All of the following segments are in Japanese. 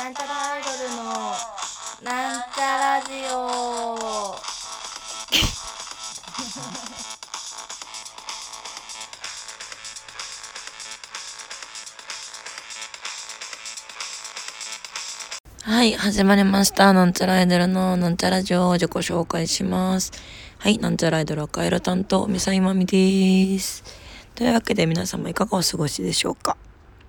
なんちゃらアイドルのなんちゃラジオ。 はい、始まりました。なんちゃらアイドルのなんちゃラジオを自己紹介します。はい、なんちゃらアイドル赤色担当、みさいまみです。というわけで皆様いかがお過ごしでしょうか。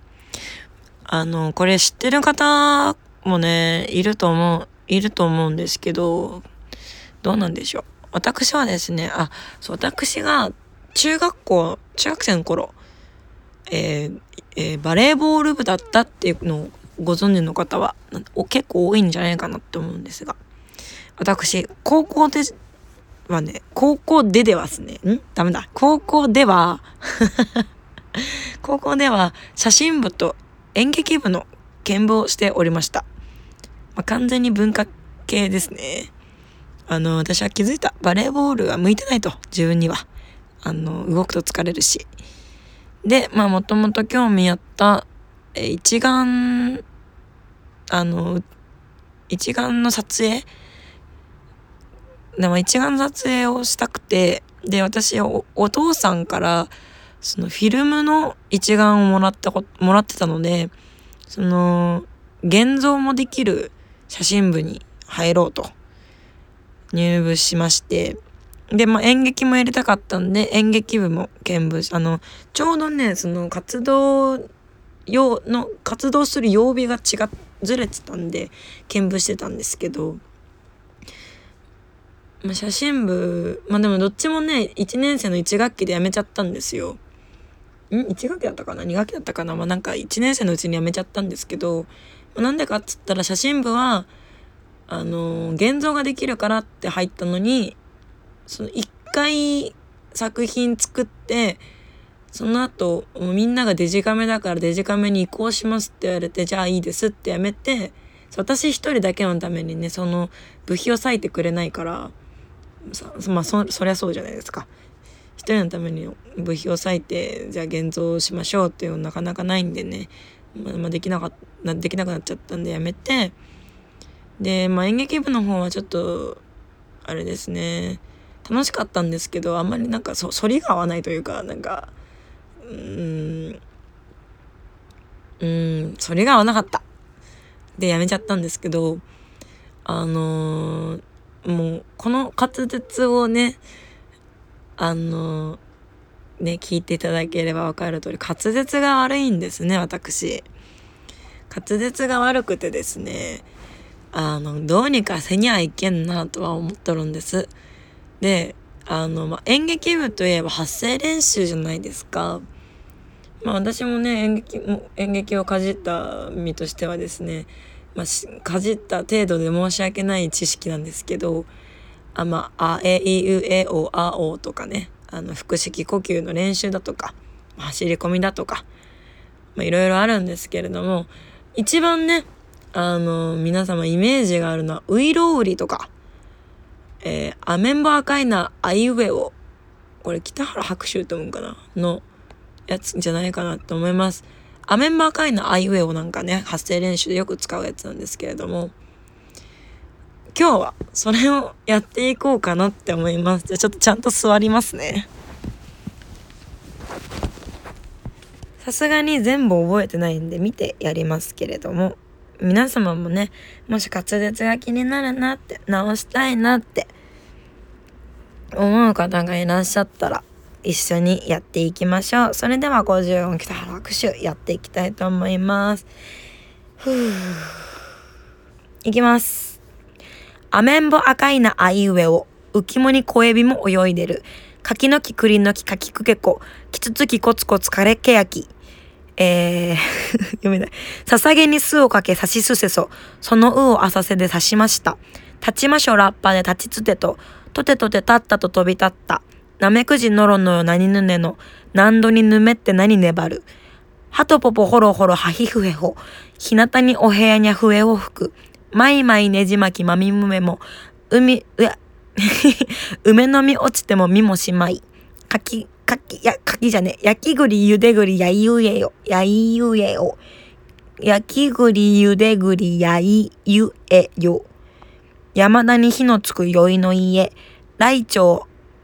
これ知ってる方もね、いると思うんですけど、どうなんでしょう。私はですね、私が中学生の頃、バレーボール部だったっていうのをご存知の方は結構多いんじゃないかなって思うんですが、私高校で写真部と演劇部の兼部をしておりました。完全に文化系ですね。私は気づいた。バレーボールは向いてないと、自分には。動くと疲れるし。で、もともと興味あった、一眼の撮影をしたくて、で、私お父さんからそのフィルムの一眼をもらってたので、その現像もできる写真部に入ろうと入部しまして、で、演劇もやりたかったんで演劇部も兼部し、ちょうどね、その活動する曜日がずれてたんで兼部してたんですけど、写真部でもどっちもね、1年生の1学期で辞めちゃったんですよ。1学期だったかな2学期だったかな、なんか1年生のうちに辞めちゃったんですけど、なんでかっつったら、写真部は現像ができるからって入ったのに、その1回作品作って、その後みんながデジカメだからデジカメに移行しますって言われて、じゃあいいですってやめて、私一人だけのためにね、その部費を割いてくれないから、そりゃそうじゃないですか。一人のために部費を割いて、じゃあ現像しましょうっていうのなかなかないんでね、できなくなっちゃったんでやめて、で、演劇部の方はちょっとあれですね、楽しかったんですけど、あんまり反りが合わないというか、反りが合わなかったでやめちゃったんですけど、もうこの滑舌をね、聞いていただければ分かる通り、滑舌が悪いんですね。私滑舌が悪くてですね、どうにかせにゃいけんなとは思っとるんです。で、演劇部といえば発声練習じゃないですか。私もね、演劇をかじった身としてはですね、かじった程度で申し訳ない知識なんですけど、あえいうえおあおとかね、腹式呼吸の練習だとか、走り込みだとか、いろいろあるんですけれども、一番ね、皆様イメージがあるのはういろうりとか、アメンボ赤いなあいうえお、これ北原白秋と思うかなのやつじゃないかなと思います。アメンバーカイのアイウェイをなんかね、発声練習でよく使うやつなんですけれども、今日はそれをやっていこうかなって思います。じゃあちょっとちゃんと座りますね。さすがに全部覚えてないんで見てやりますけれども、皆様もね、もし滑舌が気になるなって、直したいなって思う方がいらっしゃったら一緒にやっていきましょう。それでは50音北原白秋やっていきたいと思います。いきます。アメンボ赤いなあいうえお、浮肝に小エビも泳いでる。柿の木栗の木かきくけこ、きつつきコツコツかれけやき。読めない。捧げに巣をかけさしすせそ、そのうを浅瀬で刺しました。立ちましょラッパで立ちつてと、とてとて立ったと飛び立った。なめくじのろのよ何ぬねの、何度にぬめって何粘る。はとぽぽほろほろはひふへほ、ひなたにお部屋にゃ笛を吹く。まいまいねじまきまみむめも、梅の実落ちても実もしまい。焼き栗ゆで栗やいうえよ。 焼き栗ゆで栗やいゆえよ。山田に火のつく宵の家。来鳥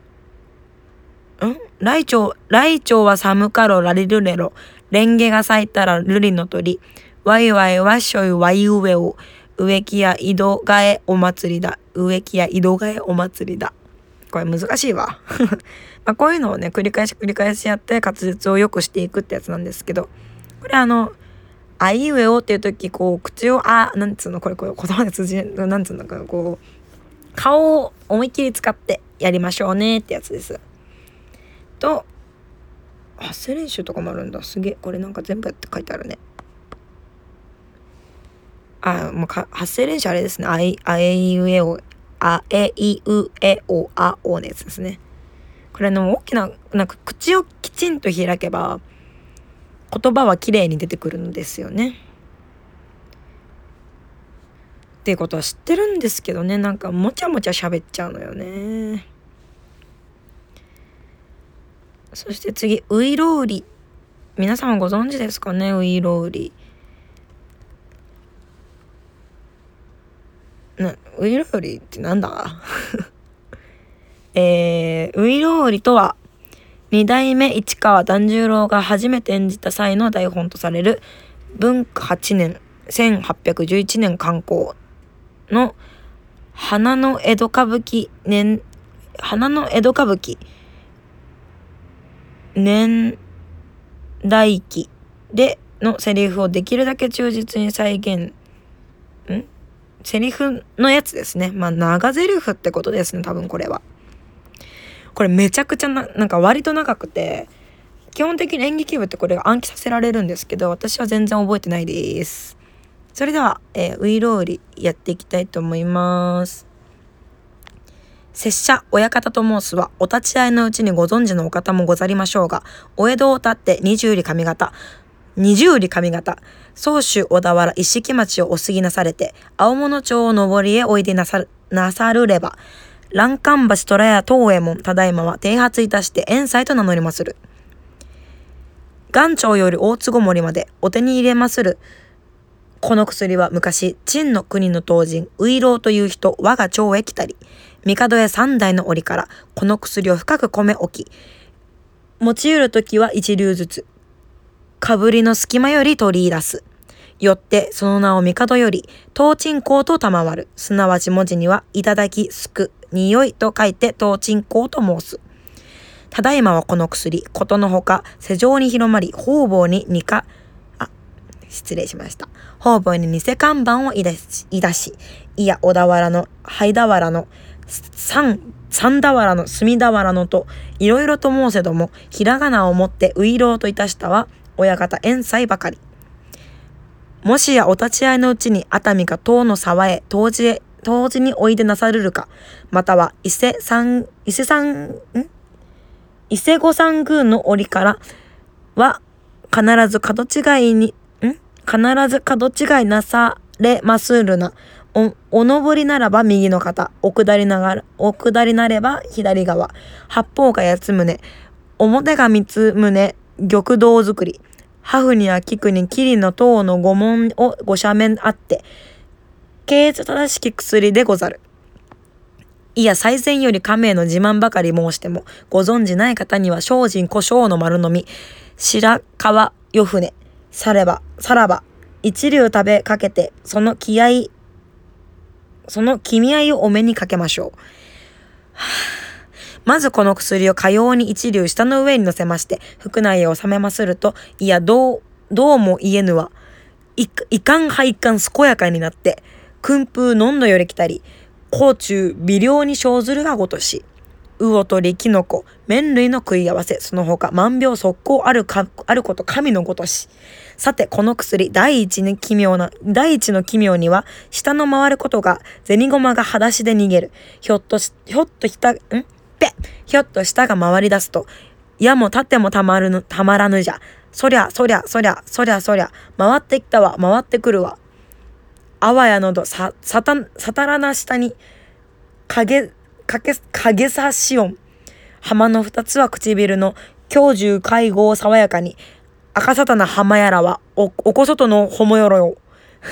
は寒かろらりるれろ。レンゲが咲いたら瑠璃の鳥。わいわいわっしょいわいうえお。植木や井戸替えお祭りだ。植木や井戸替えお祭りだ。これ難しいわ。まあこういうのをね、繰り返しやって滑舌を良くしていくってやつなんですけど、これあいうえおっていう時、こう、口を、なんつうの、これ言葉で通じる、なんつうのかな、こう、顔を思いっきり使ってやりましょうねってやつです。と、発声練習とかもあるんだ。すげえ。これなんか全部やって書いてあるね。もう発声練習あれですね。あえいうえお、あえいうえお、あおのやつですね。これ大きな、なんか口をきちんと開けば、言葉は綺麗に出てくるんですよね。っていうことは知ってるんですけどね、なんかもちゃもちゃ喋っちゃうのよね。そして次、ういろうり。皆さんご存知ですかね、ういろうり。ういろうりってなんだういろうりとは、二代目市川團十郎が初めて演じた際の台本とされる文化8年1811年刊行の花の江戸歌舞伎年代記でのセリフをできるだけ忠実に再現セリフのやつですね。まあ長セリフってことですね、多分これは。これめちゃくちゃなんか割と長くて、基本的に演劇部ってこれが暗記させられるんですけど、私は全然覚えてないです。それでは、ういろうりやっていきたいと思います。拙者親方と申すは、お立ち会いのうちにご存知のお方もござりましょうが、お江戸を立って20里上方、宗州小田原一色町をお過ぎなされて、青物町を上りへおいでなさるれば、欄干橋虎屋東右衛門ただいまは剃髪いたして遠斎と名乗りまする。元朝より大坪森までお手に入れまする。この薬は昔、陳の国の当人、ういろうという人、我が町へ来たり、帝へ三代の折から、この薬を深く込め置き、持ち得るときは一流ずつ、かぶりの隙間より取り出す。よってその名を帝より、東鎮香と賜る。すなわち文字には、いただき、すく、匂いと書いて東鎮香と申す。ただいまはこの薬、ことのほか、世上に広まり、方々に偽看板をいだし、いや、小田原の、灰俵の、三俵の、隅俵のと、いろいろと申せども、ひらがなをもってういろうといたしたは、親方遠斎ばかり。もしやお立ち会いのうちに熱海が唐の沢へ当時においでなさるるか、または伊勢御三宮の折からは必ず角違いなされまするな。お上りならば右の肩、お下りなれば左側、八方が八つ胸、表が三つ胸、玉堂作り、ハフには菊に桐の塔の御門をご斜面あって、経営正しき薬でござる。いや最前より家名の自慢ばかり申しても、ご存じない方には精進胡椒の丸のみ、白川よ船、さらば、一流食べかけて、その気合をお目にかけましょう。まずこの薬をかように一流下の上に乗せまして、腹内へ収めますると、いやどうも言えぬは、いかん配管健やかになって、訓風のんどより来たり、甲虫微量に生ずるがごとし、魚取キノコ麺類の食い合わせ、その他万病速攻あること神のごとし。さてこの薬第一の奇妙には、下の回ることが銭駒が裸足で逃げる。ひょっと下が回り出すと、矢も盾もたまらぬじゃ。そりゃ回ってきたわ、回ってくるわ。あわやのどさたらな下に影さし音。浜の二つは唇の強獣会合爽やかに、赤さたな浜やらはおこそとのほもよろよ。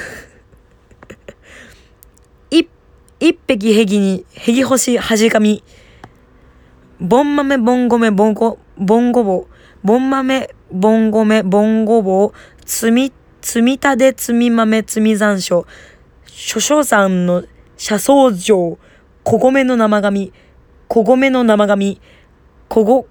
一匹へぎに、へぎ干しはじかみ。ぼん豆、ぼんごめ、ぼんごぼう。ぼん豆、ぼんごめ、ぼんごぼう。つみたで、つみ豆、つみ残暑。諸々山の車窓上。こごめの生紙。こごめの生紙。こご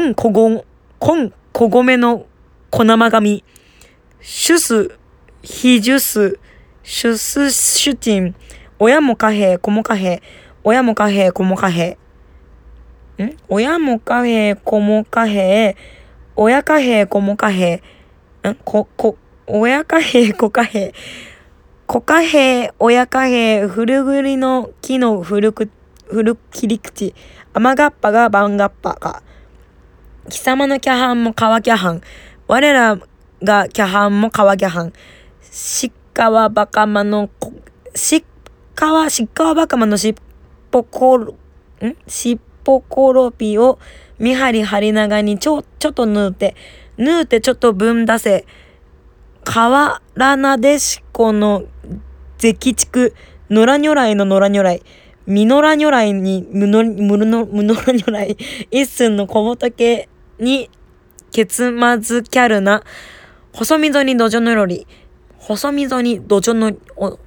めの小生紙。シュス、ヒジュス、シュスシュティン。親も貨幣、子も貨幣。親も貨幣、子も貨幣。親も貨幣、子も貨幣。親貨幣、子も貨幣。親貨幣、子貨幣。子貨幣、親貨幣、古ぐりの木の古切り口。雨がっぱが晩がっぱか。貴様のキャハンも川キャハン。我らがキャハンも川キャハン。しっかわばかまのしっかわばかまのしっぽころぴをみはりはりながにちょっとぬうてちょっとぶんだせ。河原なでしこの絶畜。野良如来の野良如来。みのら如来にむのら如来。一寸の小仏にけつまずキャルな。細溝にどじょのろり。細溝にどじょの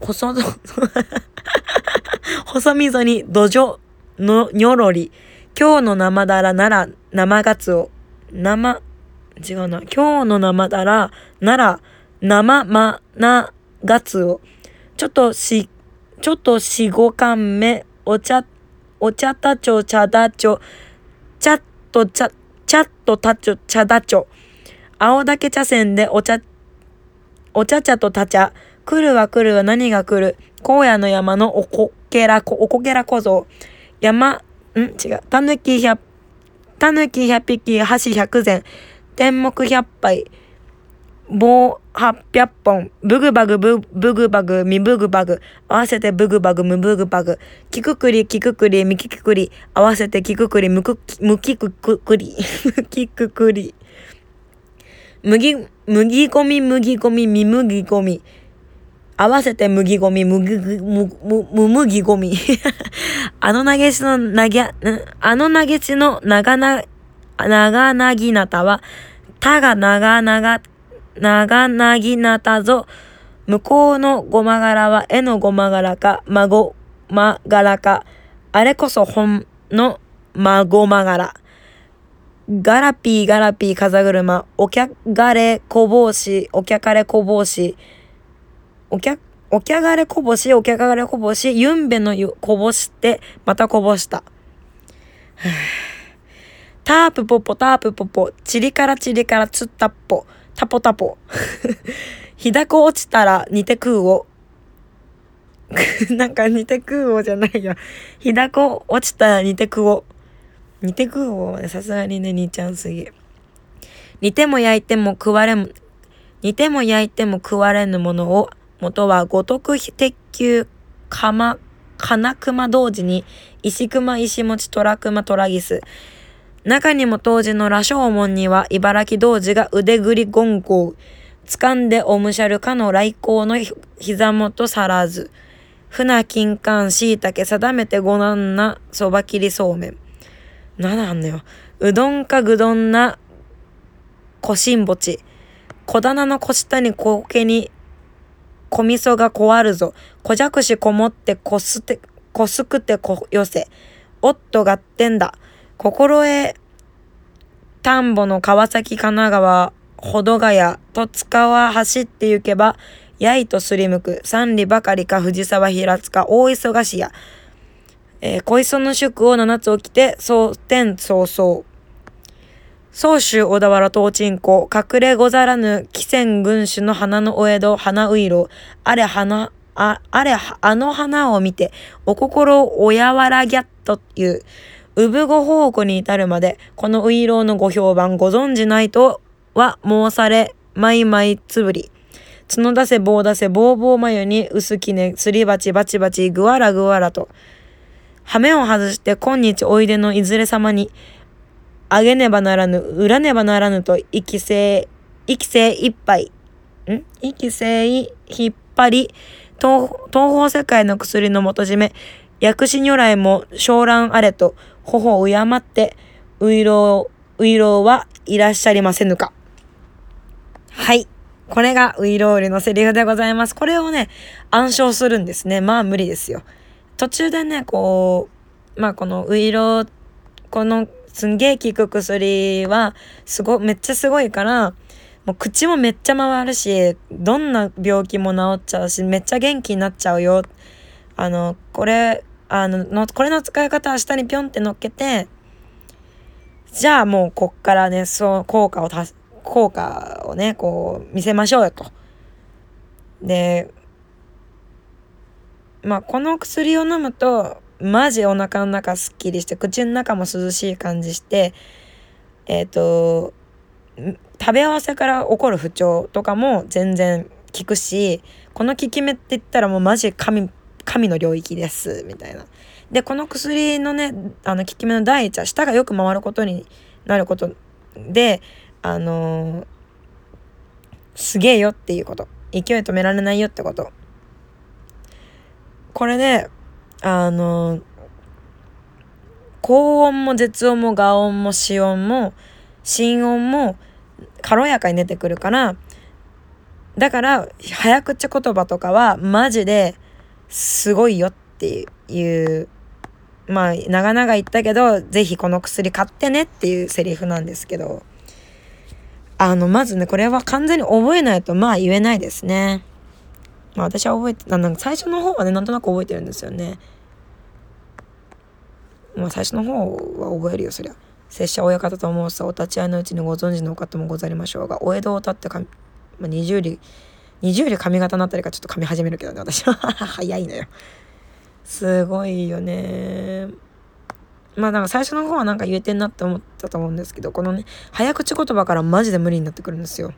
にょろり。今日の生だらなら生がつお。今日の生だらなら生まながつお。ちょっと4、5巻目。お茶たちょ、茶だちょ。ちゃっとたちょ、茶だちょ。青竹茶筅でお茶とたちゃ。来るは何が来る。荒野の山のおこけら小僧。たぬき100匹、箸100膳。天目100杯。棒800本。ブグバグ、ミブグバグ。合わせてブグバグ、ムブグバグ。キククリ、ミキククリ。合わせてキククリ、ムキククリ。麦ゴミ、ミ麦ゴミ。合わせて麦ゴミ、麦ゴミ。あの投げしの長なぎなたは、たが長なぎなたぞ。向こうのごまがらは絵のごまがらか、まごまがらか。あれこそ本のまごまがら。ガラピー風車。おきゃがれこぼうし。ゆんべのこぼしてまたこぼした。タープポポ。チリからつったっぽ。タポタポ。ひだこ落ちたら煮て食うを。なんか煮て食うをじゃないよ。ひだこ落ちたら煮て食うを。さすがにね、煮ちゃんすぎ。煮ても焼いても食われぬものを、元は五徳鉄球かな熊同時に、石熊石持ち虎熊虎ギス。中にも当時の羅生門には茨城童子が腕ぐり言語。掴んでおむしゃるかの来光の膝元さらず。船金柑椎茸定めてごなんなそば切りそうめん。なんだよ。うどんかぐどんなこしんぼち。小棚の小下に小けに小味噌がこわるぞ。小じゃくしこもってこすくてこよせ。おっと合点だ。心得田んぼの川崎神奈川保土ヶ谷戸塚走って行けばやいとすりむく。三里ばかりか藤沢平塚大忙しや。小磯の宿を7つ起きて早々。総州小田原東鎮湖隠れござらぬ汽船軍主の花のお江戸花ういろ。あの花を見てお心をおやわらぎゃっという。産ご奉公に至るまでこのういろうのご評判ご存じないとは申されまいつぶり。角出せ棒眉に薄きねすり鉢バチバチぐわらと。羽目を外して今日おいでのいずれ様にあげねばならぬ裏ねばならぬと息精一杯息性引っ張り、東方世界の薬の元締め、薬師如来も昇蘭あれと、頬を敬って、ういろうはいらっしゃりませぬか。はい。これがういろうりのセリフでございます。これをね、暗唱するんですね。まあ無理ですよ。途中でね、このういろう、このすんげえ効く薬は、めっちゃすごいから、もう口もめっちゃ回るし、どんな病気も治っちゃうし、めっちゃ元気になっちゃうよ。これの使い方は下にピョンって乗っけて、じゃあもうこっからね、そう効果をね、こう見せましょうよと。で、この薬を飲むとマジお腹の中すっきりして、口の中も涼しい感じして、食べ合わせから起こる不調とかも全然効くし、この効き目って言ったらもうマジ神の領域ですみたいな。でこの薬のね、効き目の第一は舌がよく回ることになることで、すげえよっていうこと、勢い止められないよってこと。これで高音も絶音も雅音も子音も心音も軽やかに出てくるから、だから早口言葉とかはマジですごいよっていう、長々言ったけど、ぜひこの薬買ってねっていうセリフなんですけど、まずね、これは完全に覚えないと言えないですね。私は覚えてなんか最初の方はね、なんとなく覚えてるんですよね。最初の方は覚えるよ、そりゃ。拙者親方と申すお立ち会いのうちにご存知のお方もござりましょうが、お江戸を立って20里髪型のあたりからちょっと髪始めるけどね、私は早いのよ。すごいよね。なんか最初の方はなんか言えてんなって思ったと思うんですけど、このね、早口言葉からマジで無理になってくるんですよ。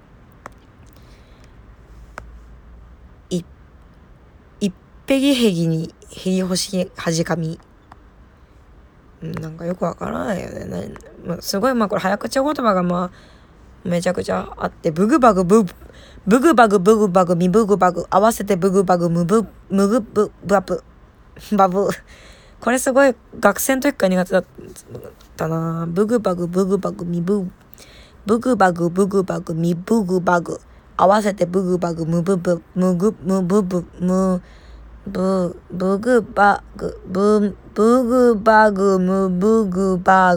一ぺぎへぎにへぎほしはじかみ。なんかよくわからないよね。すごいこれ早口言葉がめちゃくちゃあって、ブグバグみブグバグ合わせてブグバグむぐぶバブ。これすごい学生の時から苦手だったな。ブグバグみブグバグみブグバグ合わせてブグバグむブブむぐむブブむブグバグむブグバグむブ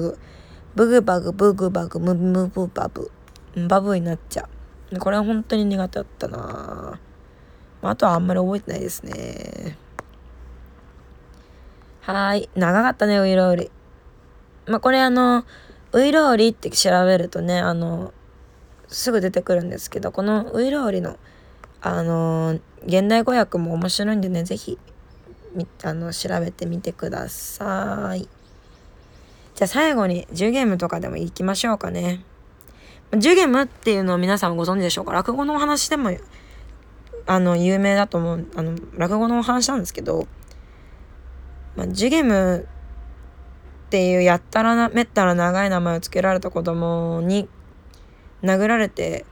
バブバブになっちゃう。これは本当に苦手だったな。あとはあんまり覚えてないですね。長かったね、ういろうり。これういろうりって調べるとね、すぐ出てくるんですけど、このういろうりの現代語訳も面白いんでね、ぜひ調べてみてください。じゃあ最後に10ゲームとかでも行きましょうかね。10ゲームっていうのを皆さんご存知でしょうか。落語のお話でも有名だと思う落語のお話なんですけど、10ゲームっていうやったらめったら長い名前を付けられた子供に殴られて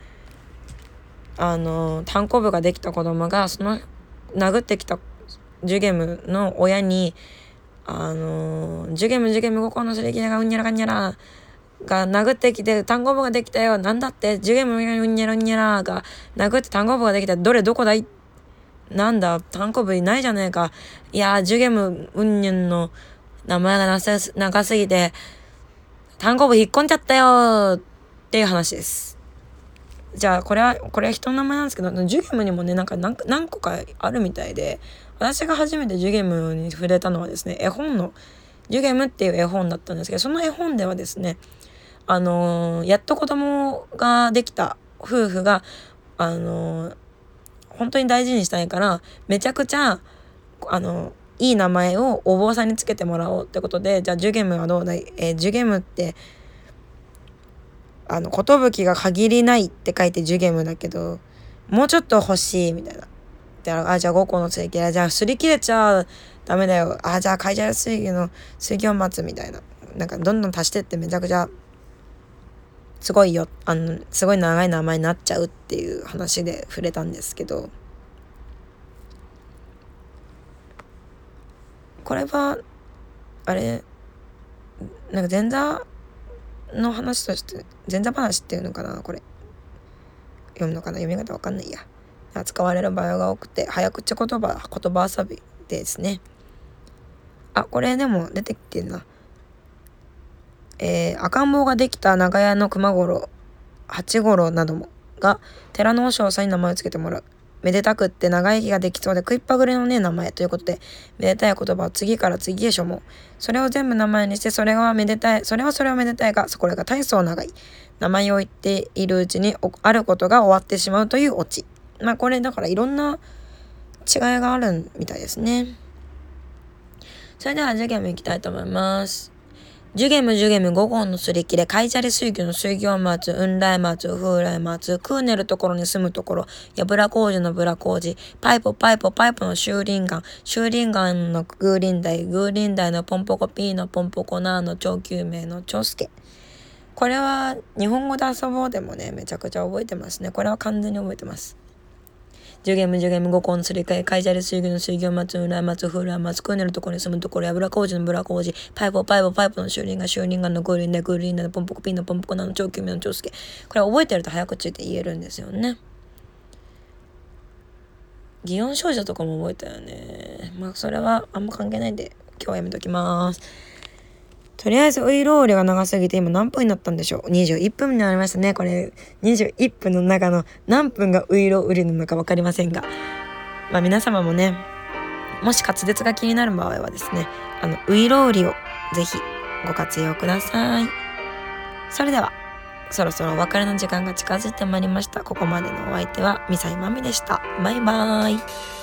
単行部ができた子供が、その殴ってきたジュゲムの親にジュゲム5個のすり切れがうんにゃらかんにゃらが殴ってきて単語部ができたよ。なんだってジュゲムうんにゃらんにゃらが殴って単語部ができた。どこだい。なんだ単語部いないじゃねえか。いやジュゲムうんにゃんの名前が長すぎて単語部引っ込んじゃったよっていう話です。じゃあこれは人の名前なんですけど、ジュゲムにもね何個かあるみたいで、私が初めてジュゲムに触れたのはですね、絵本のジュゲムっていう絵本だったんですけど、その絵本ではですね、やっと子供ができた夫婦が本当に大事にしたいからめちゃくちゃいい名前をお坊さんにつけてもらおうってことで、じゃあジュゲムはどうだい、ジュゲムって寿が限りないって書いてジュゲムだけどもうちょっと欲しいみたいな。じゃあ5個の水切れ、じゃあ擦り切れちゃダメだよ。じゃあ海砂水魚の水魚松みたいな。なんかどんどん足してってめちゃくちゃすごい長い名前になっちゃうっていう話で触れたんですけど、これはあれなんか前座の話として前座話っていうのかな、これ読むのかな、読み方わかんないや、使われる場合が多くて、早口言葉遊びですね。これでも出てきてるな。赤ん坊ができた長屋の熊五郎、八五郎などもが寺の和尚さんに名前をつけてもらう。めでたくって長生きができそうで食いっぱぐれのねえ名前ということで、めでたい言葉を次から次へ所もそれを全部名前にして、それはめでたいが、これが大層長い名前を言っているうちにあることが終わってしまうというオチ。これだからいろんな違いがあるみたいですね。それでは授業も行きたいと思います。ジュゲム5号のすり切れ、カイジャリ水魚の水魚松、雲来松、風来松、クーネルところに住むところ、やぶら工事のぶら工事、パイポの修林岩のグーリンダイのポンポコピーのポンポコナーの超救命の超助。これは日本語で遊ぼうでもね、めちゃくちゃ覚えてますね。これは完全に覚えてます。ジュゲム5個のすり替え、カイジャリ水魚の水魚松、雲来松、風来松、クーネルところに住むところ、やぶら工事のぶら工事、パイポの修林岩のグーリンダイのポンポコピーのポンポコナーの超救命の超助。これ覚えてると早口で言えるんですよね。祇園少女とかも覚えたよね。それはあんま関係ないんで今日はやめときます。とりあえずウイロールが長すぎて今何分になったんでしょう。21分になりましたね。これ21分の中の何分がウイロウリなのか分かりませんが、皆様もね、もし滑舌が気になる場合はですね、ウイロウリをぜひご活用ください。それではそろそろお別れの時間が近づいてまいりました。ここまでのお相手はミサイマミでした。バイバーイ。